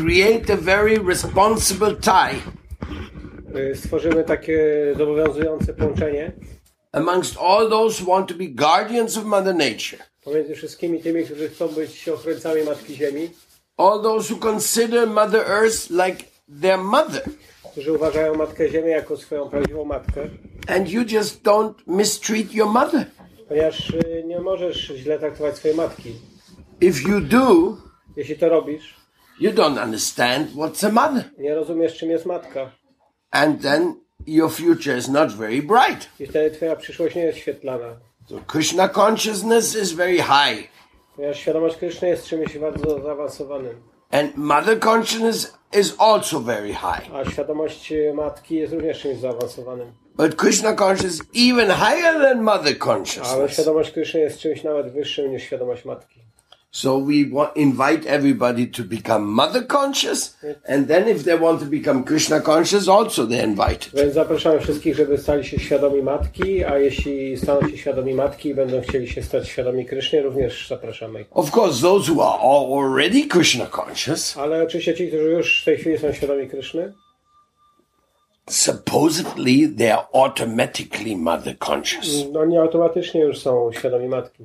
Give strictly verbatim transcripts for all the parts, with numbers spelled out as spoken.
create a very responsible tie stworzymy takie zobowiązujące połączenie amongst all those who want to be guardians of Mother Nature. Pomiędzy wszystkimi tymi, którzy chcą być ochrońcami Matki Ziemi. All those who consider Mother Earth like their mother. Którzy uważają Matkę Ziemię jako swoją prawdziwą matkę. And you just don't mistreat your mother. Ponieważ nie możesz źle traktować swojej matki. If you do, jeśli to robisz, you don't understand what's a mother. Nie rozumiesz, czym jest matka. And then your future is not very bright. I wtedy twoja przyszłość nie jest świetlana. So Krishna consciousness is very high. Ponieważ świadomość Kryszny jest czymś bardzo zaawansowanym. And mother consciousness is also very high. A świadomość matki jest również czymś zaawansowanym. But Krishna consciousness is even higher than mother consciousness. Ale świadomość Kryszny jest czymś nawet wyższym niż świadomość matki. So we want, invite everybody to become mother conscious, and then if they want to become Krishna conscious, also they're invited. Więc zapraszamy wszystkich, żeby stali się świadomi matki, a jeśli staną się świadomi matki i będą chcieli się stać świadomi Kryszny, również zapraszamy ich. Of course, those who are already Krishna conscious, ale oczywiście ci, którzy już w tej chwili są świadomi Kryszny, supposedly they are automatically mother conscious. Oni automatycznie już są świadomi matki.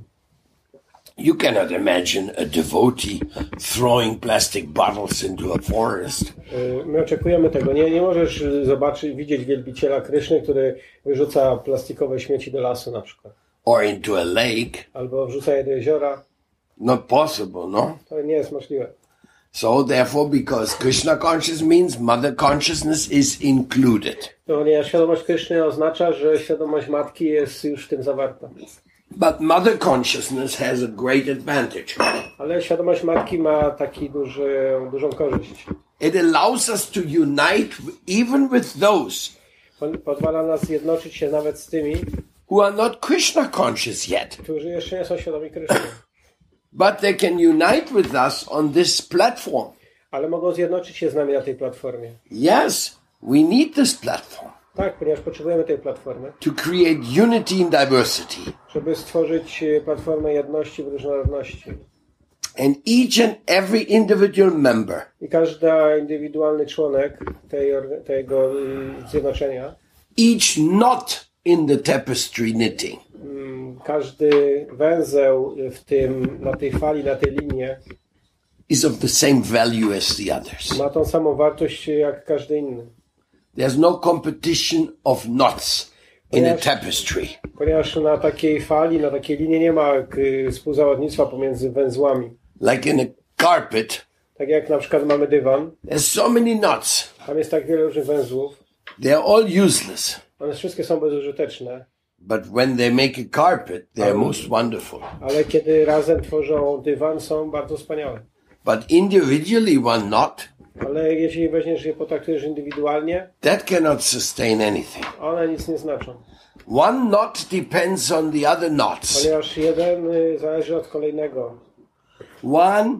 You cannot imagine a devotee throwing plastic bottles into a forest. My oczekujemy tego. Nie, nie możesz zobaczyć, widzieć wielbiciela Kryszny, który wyrzuca plastikowe śmieci do lasu na przykład. Or into a lake. Albo wrzuca je do jeziora. Not possible, no? To nie jest możliwe. So therefore, because Krishna consciousness means mother consciousness is included. Ponieważ świadomość Kryszny oznacza, że świadomość matki jest już w tym zawarta. But mother consciousness has a great advantage. Ale świadomość matki ma taki duży, dużą korzyść. It allows us to unite even with those pozwala nas zjednoczyć się nawet z tymi, who are not Krishna conscious yet. Którzy jeszcze nie są świadomi Kryszny. But they can unite with us on this platform. Ale mogą zjednoczyć się z nami na tej platformie. Yes, we need this platform. Tak, ponieważ potrzebujemy tej platformy. To create unity in diversity. Żeby stworzyć platformę jedności w różnorodności. And each and every individual member. I każdy indywidualny członek tej, tego zjednoczenia. Each knot in the tapestry knitting. Każdy węzeł w tym, na tej fali, na tej linie. Is of the same value as the others. Ma tą samą wartość jak każdy inny. There's no competition of knots in a tapestry. Ponieważ na takiej fali, na takiej linii nie ma współzawodnictwa pomiędzy węzłami. Like in a carpet. Tak jak na przykład mamy dywan. There's so many knots. Tam jest tak wiele różnych węzłów. They're all useless. One wszystkie są bezużyteczne. But when they make a carpet, they're ale, most wonderful. Ale kiedy razem tworzą dywan, są bardzo wspaniałe. But individually one knot. Ale jeśli weźmiesz je, potraktujesz indywidualnie, that cannot sustain anything. One nic nie znaczą. One knot depends on the other knots. Ponieważ jeden zależy od kolejnego. One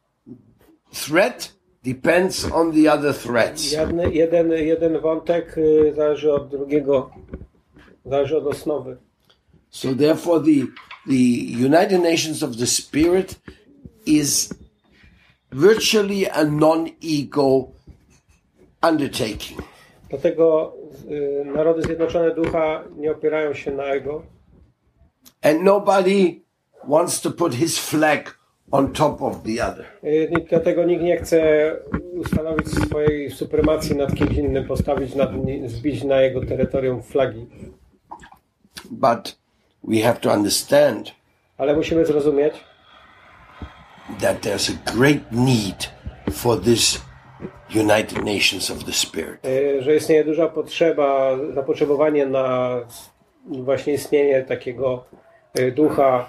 thread depends on the other threads. Jeden, jeden, jeden wątek zależy od drugiego, zależy od osnowy. So therefore the the United Nations of the Spirit is virtually a non-ego undertaking. Dlatego y, narody zjednoczone ducha nie opierają się na ego. And nobody wants to put his flag on top of the other. Y, dlatego nikt nie chce ustanowić swojej supremacji nad kimś innym, postawić nad, zbić na jego terytorium flagi. But we have to understand. Ale musimy zrozumieć, that there's a great need for this United Nations of the Spirit. Że istnieje duża potrzeba, zapotrzebowanie na właśnie istnienie takiego ducha,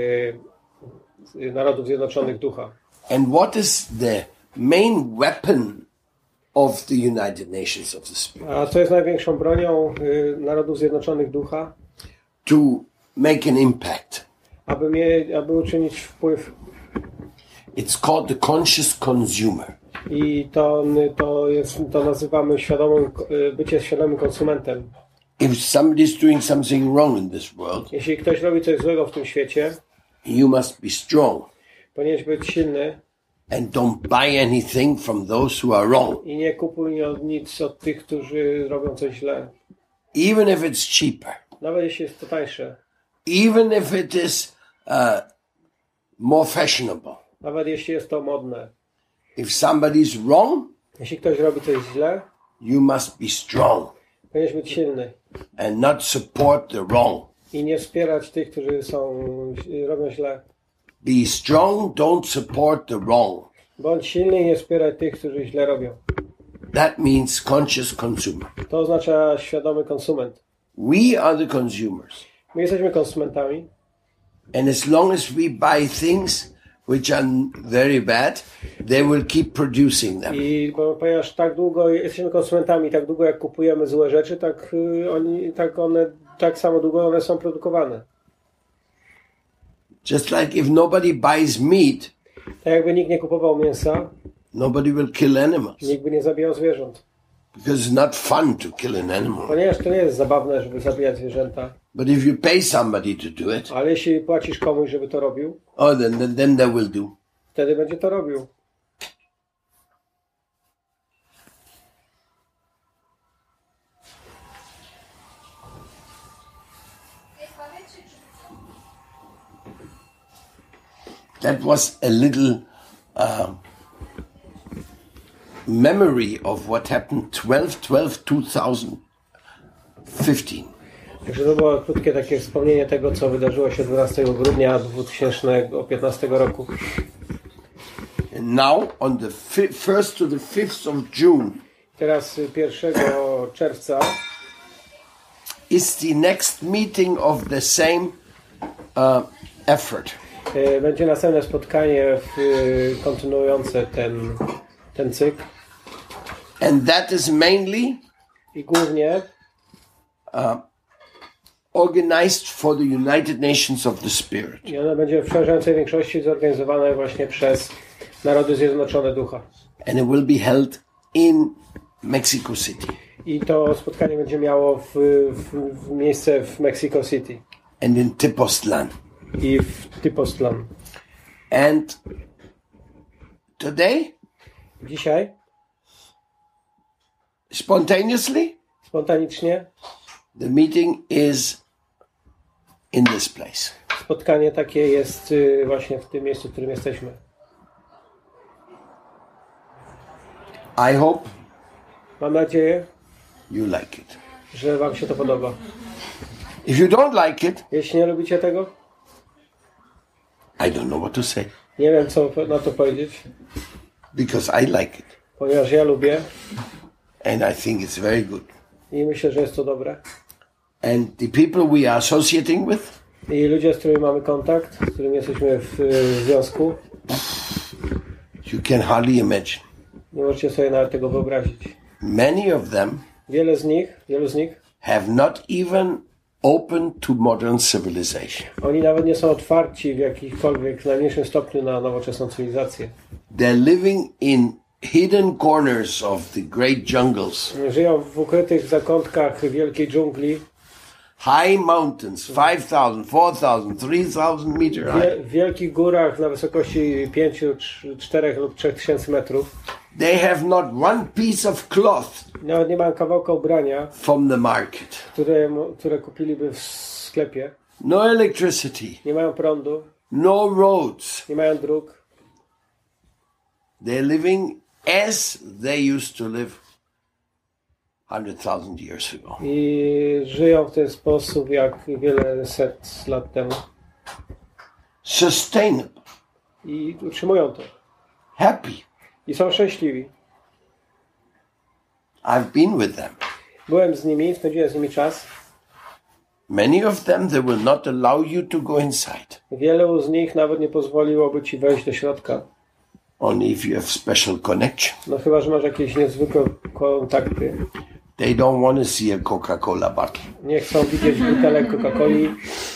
narodów zjednoczonych ducha. And what is the main weapon of the United Nations of the Spirit? A co jest największą bronią narodów zjednoczonych ducha? To make an impact. Aby, mie, aby uczynić wpływ. It's called the conscious consumer. I to, to, jest, to nazywamy świadomym, bycie świadomym konsumentem. If somebody is doing something wrong in this world, jeśli ktoś robi coś złego w tym świecie, you must be strong. Powinieneś być silny. And don't buy anything from those who are wrong. I nie kupuj od nic od tych, którzy robią coś źle. Even if it's cheaper. Nawet jeśli jest to tańsze. Even if it is uh, more fashionable. Nawet jeśli jest to modne. If somebody's wrong, jeśli ktoś robi coś źle, you must be strong. powinieneś być silny. And not support the wrong. I nie wspierać tych, którzy są, robią źle. Be strong, don't support the wrong. Bądź silny i nie wspieraj tych, którzy źle robią. That means conscious consumer. To oznacza świadomy konsument. We are the consumers. My jesteśmy konsumentami. And as long as we buy things which are very bad, they will keep producing them. I bo, ponieważ tak długo jesteśmy konsumentami, tak długo jak kupujemy złe rzeczy, tak, y, oni, tak, one, tak samo długo one są produkowane. Just like if nobody buys meat, Tak jakby nikt nie kupował mięsa, nobody will kill animals. nikt by nie zabijał zwierząt. Because it's not fun to kill an animal. Ponieważ to nie jest zabawne, żeby zabijać zwierzęta. But if you pay somebody to do it, Ale jeśli płacisz komuś, żeby to robił, oh, then, then, then they will do. wtedy będzie to robił. That was a little uh, memory of what happened twelve twelve twenty fifteen. Także to było krótkie takie wspomnienie tego, co wydarzyło się dwunastego grudnia dwa tysiące piętnastego roku. And now on the first to the fifth of June Teraz pierwszego czerwca is the next meeting of the same uh, effort. będzie następne spotkanie w, kontynuujące ten, ten cykl. And that is mainly I głównie uh, organized for the United Nations of the Spirit. i ono będzie w przeważającej większości zorganizowane właśnie przez Narody Zjednoczone Ducha. And it will be held in Mexico City. I to spotkanie będzie miało w, w, w miejsce w Mexico City. And in Tepoztlan. I w Tepoztlan. And today, Dzisiaj, spontaneously, spontanicznie, the meeting is in this place. spotkanie takie jest y, właśnie w tym miejscu, w którym jesteśmy. I hope Mam nadzieję, you like it. że wam się to podoba. If you don't like it, Jeśli nie lubicie tego, I don't know what to say. nie wiem, co na to powiedzieć, Because I like it. ponieważ ja lubię And I think it's very good. i myślę, że jest to dobre. And the people we are associating with, I ludzie, z którymi mamy kontakt, z którymi jesteśmy w, w związku, you can hardly imagine. nie możecie sobie nawet tego wyobrazić. Many of them Wiele z nich, wielu z nich, have not even opened to modern civilization. oni nawet nie są otwarci w jakichkolwiek, w najmniejszym stopniu na nowoczesną cywilizację. They're living in hidden corners of the great jungles. Żyją w ukrytych zakątkach wielkiej dżungli, High mountains, five thousand, four thousand, three thousand meter wie, high. w wielkich górach na wysokości pięciu, czterech lub trzech tysięcy metrów. They have not one piece of cloth Nawet nie mają kawałka ubrania, from the market. które, które kupiliby w sklepie. No electricity, Nie mają prądu, no roads. nie mają dróg. They're living as they used to live one hundred thousand years ago. I żyją w ten sposób jak wiele set lat temu. Sustainable, I utrzymują to. happy. I są szczęśliwi. I've been with them. Byłem z nimi, spędziłem z nimi czas. Many of them, they will not allow you to go inside. Wielu z nich nawet nie pozwoliłoby ci wejść do środka. Only if you have special connection. No chyba, że masz jakieś niezwykłe kontakty. They don't want to see a Coca-Cola bottle. Nie chcą widzieć butelek Coca-Coli,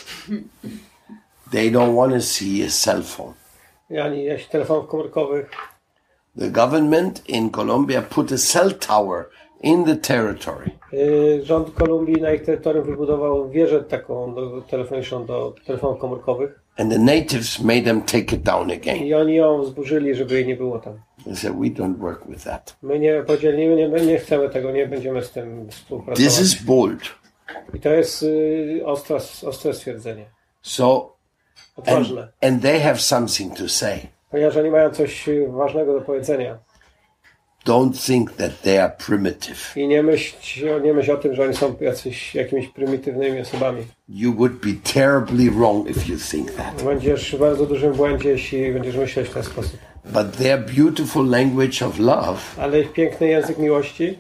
They don't want to see a cell phone. ani jakichś telefonów komórkowych. The government in Colombia put a cell tower in the territory. Yy, Rząd Kolumbii na ich terytorium wybudował wieżę taką do, telefoniczną do telefonów komórkowych. And the natives made them take it down again. I oni ją zburzyli, żeby jej nie było tam. They said, we don't work with that. My nie podzielimy, nie, nie chcemy tego, nie będziemy z tym współpracować. This is bold. I to jest y, ostre, ostre stwierdzenie. So, Odważne. and, and they have something to say. Ponieważ oni mają coś ważnego do powiedzenia. Don't think that they are primitive. I nie myśl, nie myśl o tym, że oni są jacyś, jakimiś prymitywnymi osobami. You would be terribly wrong if you think that. Będziesz w bardzo dużym błędzie, jeśli będziesz myśleć w ten sposób. But their beautiful language of love, Ale ich piękny język miłości,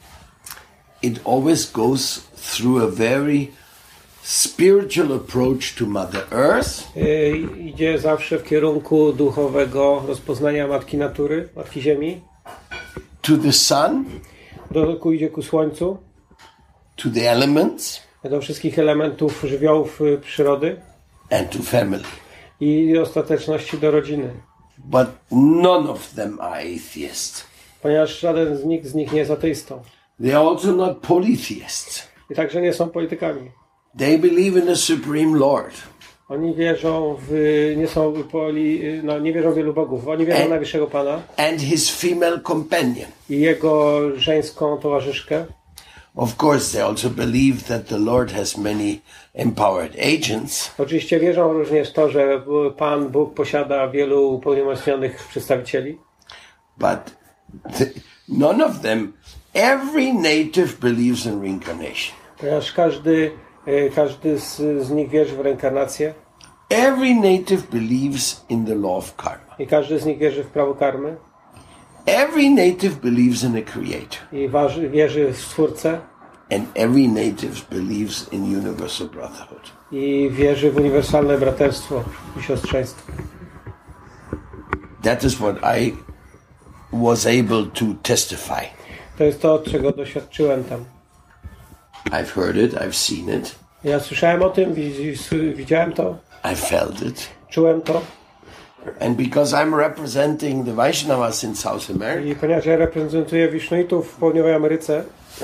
it always goes through a very spiritual approach to Mother Earth, yy, idzie zawsze w kierunku duchowego rozpoznania Matki Natury, Matki Ziemi. to the sun, Do, ku, idzie ku Słońcu, to the elements, do wszystkich elementów żywiołów y, przyrody and to family. i ostateczności do rodziny. But none of them are atheists. Ponieważ żaden z nich, z nich nie jest ateistą. They are also not polytheists. I także nie są politykami. They believe in a supreme Lord. Oni wierzą w, nie są poli, no nie wierzą w wielu bogów. Oni wierzą w najwyższego Pana And his female companion. i jego żeńską towarzyszkę. Of course, they also believe that the Lord has many empowered agents. Oczywiście wierzą również w to, że Pan Bóg posiada wielu upełnomocnionych przedstawicieli. But the, none of them, every native believes in reincarnation. Ponieważ każdy, każdy z, z nich wierzy w reinkarnację Every native believes in the law of karma. i każdy z nich wierzy w prawo karmy Every native believes in a creator. i waży, wierzy w Stwórcę And every native believes in universal brotherhood. i wierzy w uniwersalne braterstwo i siostrzeństwo. That is what I was able to testify. To jest to, czego doświadczyłem tam. I've heard it, I've seen it, Ja słyszałem o tym, widziałem to, I felt it. czułem to And because I'm representing the Vaishnavas in South America, i ponieważ ja reprezentuję Wisznuitów w Południowej Ameryce,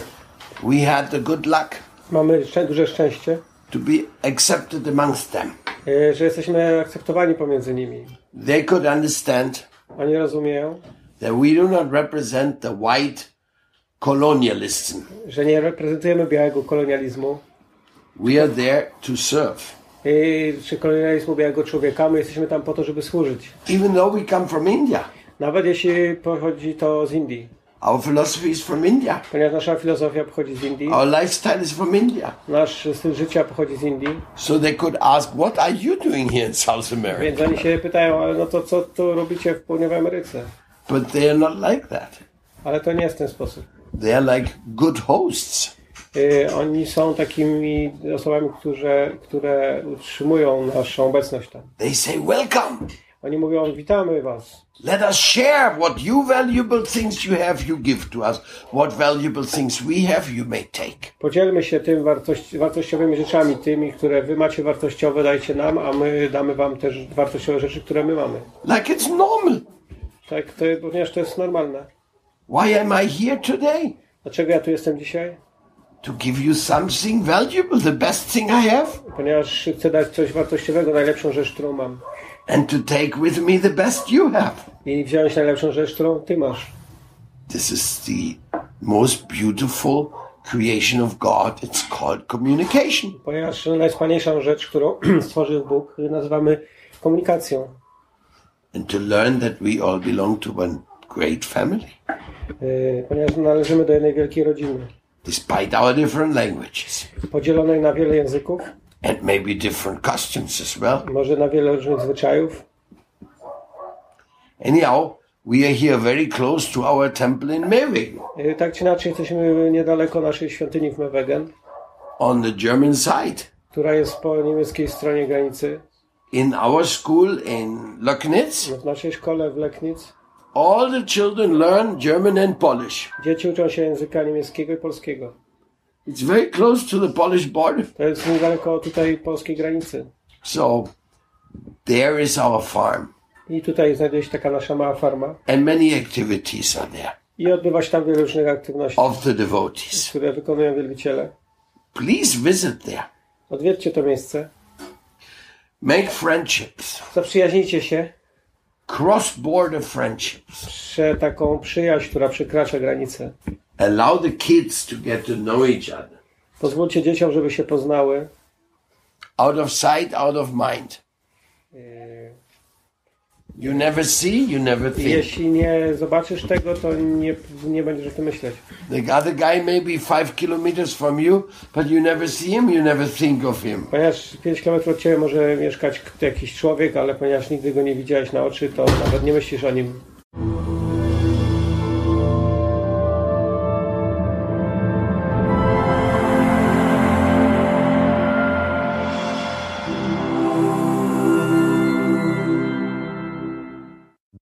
we had the good luck mamy szczę- duże szczęście, to be accepted amongst them. e, że jesteśmy akceptowani pomiędzy nimi. They could understand Oni rozumieją, that we do not represent the white colonialism. że nie reprezentujemy białego kolonializmu, We are there to serve. i, czy kolonializmu białego człowieka. My jesteśmy tam po to, żeby służyć. Even though we come from India, Nawet jeśli pochodzi to z Indii. our philosophy is from India. Ponieważ nasza filozofia pochodzi z Indii, Our lifestyle is from India. nasz styl życia pochodzi z Indii, So they could ask, what are you doing here in South więc America? oni się pytają, ale no to co tu robicie w Południowej Ameryce? But they are not like that. Ale to nie jest w ten sposób. They are like good hosts. Yy, oni są takimi osobami, które, które utrzymują naszą obecność tam. They say, welcome. Oni mówią, witamy was. Let us share what you valuable things you have, you give to us. What valuable things we have, you may take. Podzielmy się tym wartości, wartościowymi rzeczami, tymi, które wy macie wartościowe, dajcie nam, a my damy wam też wartościowe rzeczy, które my mamy. Like it's normal. Tak, to, ponieważ to jest normalne. Why am I here today? Dlaczego ja tu jestem dzisiaj? To give you something valuable, the best thing I have, Ponieważ chcę dać coś wartościowego, najlepszą rzecz, którą mam. and to take with me the best you have. I wziąć najlepszą rzecz, którą ty masz. This is the most beautiful creation of God. It's called communication. Ponieważ najwspanialszą rzecz, którą stworzył Bóg, nazywamy komunikacją. And to learn that we all belong to one great family, Yy, ponieważ należymy do jednej wielkiej rodziny, despite our different languages podzielonej na wiele języków, and maybe different customs as well. może na wiele różnych zwyczajów. Anyhow, we are here very close to our temple in Mewing, Yy, tak czy inaczej jesteśmy niedaleko naszej świątyni w Mewegen, on the German side. która jest po niemieckiej stronie granicy. In our school in Löcknitz, W naszej szkole w Leknic all the children learn German and Polish. dzieci uczą się języka niemieckiego i polskiego. It's very close to the Polish border. To jest niedaleko tutaj polskiej granicy. So there is our farm, I tutaj znajduje się taka nasza mała farma. and many activities are there I odbywa się tam wiele różnych aktywności, of the devotees. które wykonują wielbiciele. Please visit there. Odwiedźcie to miejsce. Make friendships. Zaprzyjaźnijcie się. Cross-border friendships. Prze taką przyjaźń, która przekracza granice. Allow the kids to get to know each other. Pozwólcie dzieciom, żeby się poznały. Out of sight, out of mind. You never see, you never think. Jeśli nie zobaczysz tego, to nie, nie będziesz o tym myśleć. The other guy may be five kilometers from you, but you never see him, you never think of him. Ponieważ pięć kilometrów od ciebie może mieszkać jakiś człowiek, ale ponieważ nigdy go nie widziałeś na oczy, to nawet nie myślisz o nim.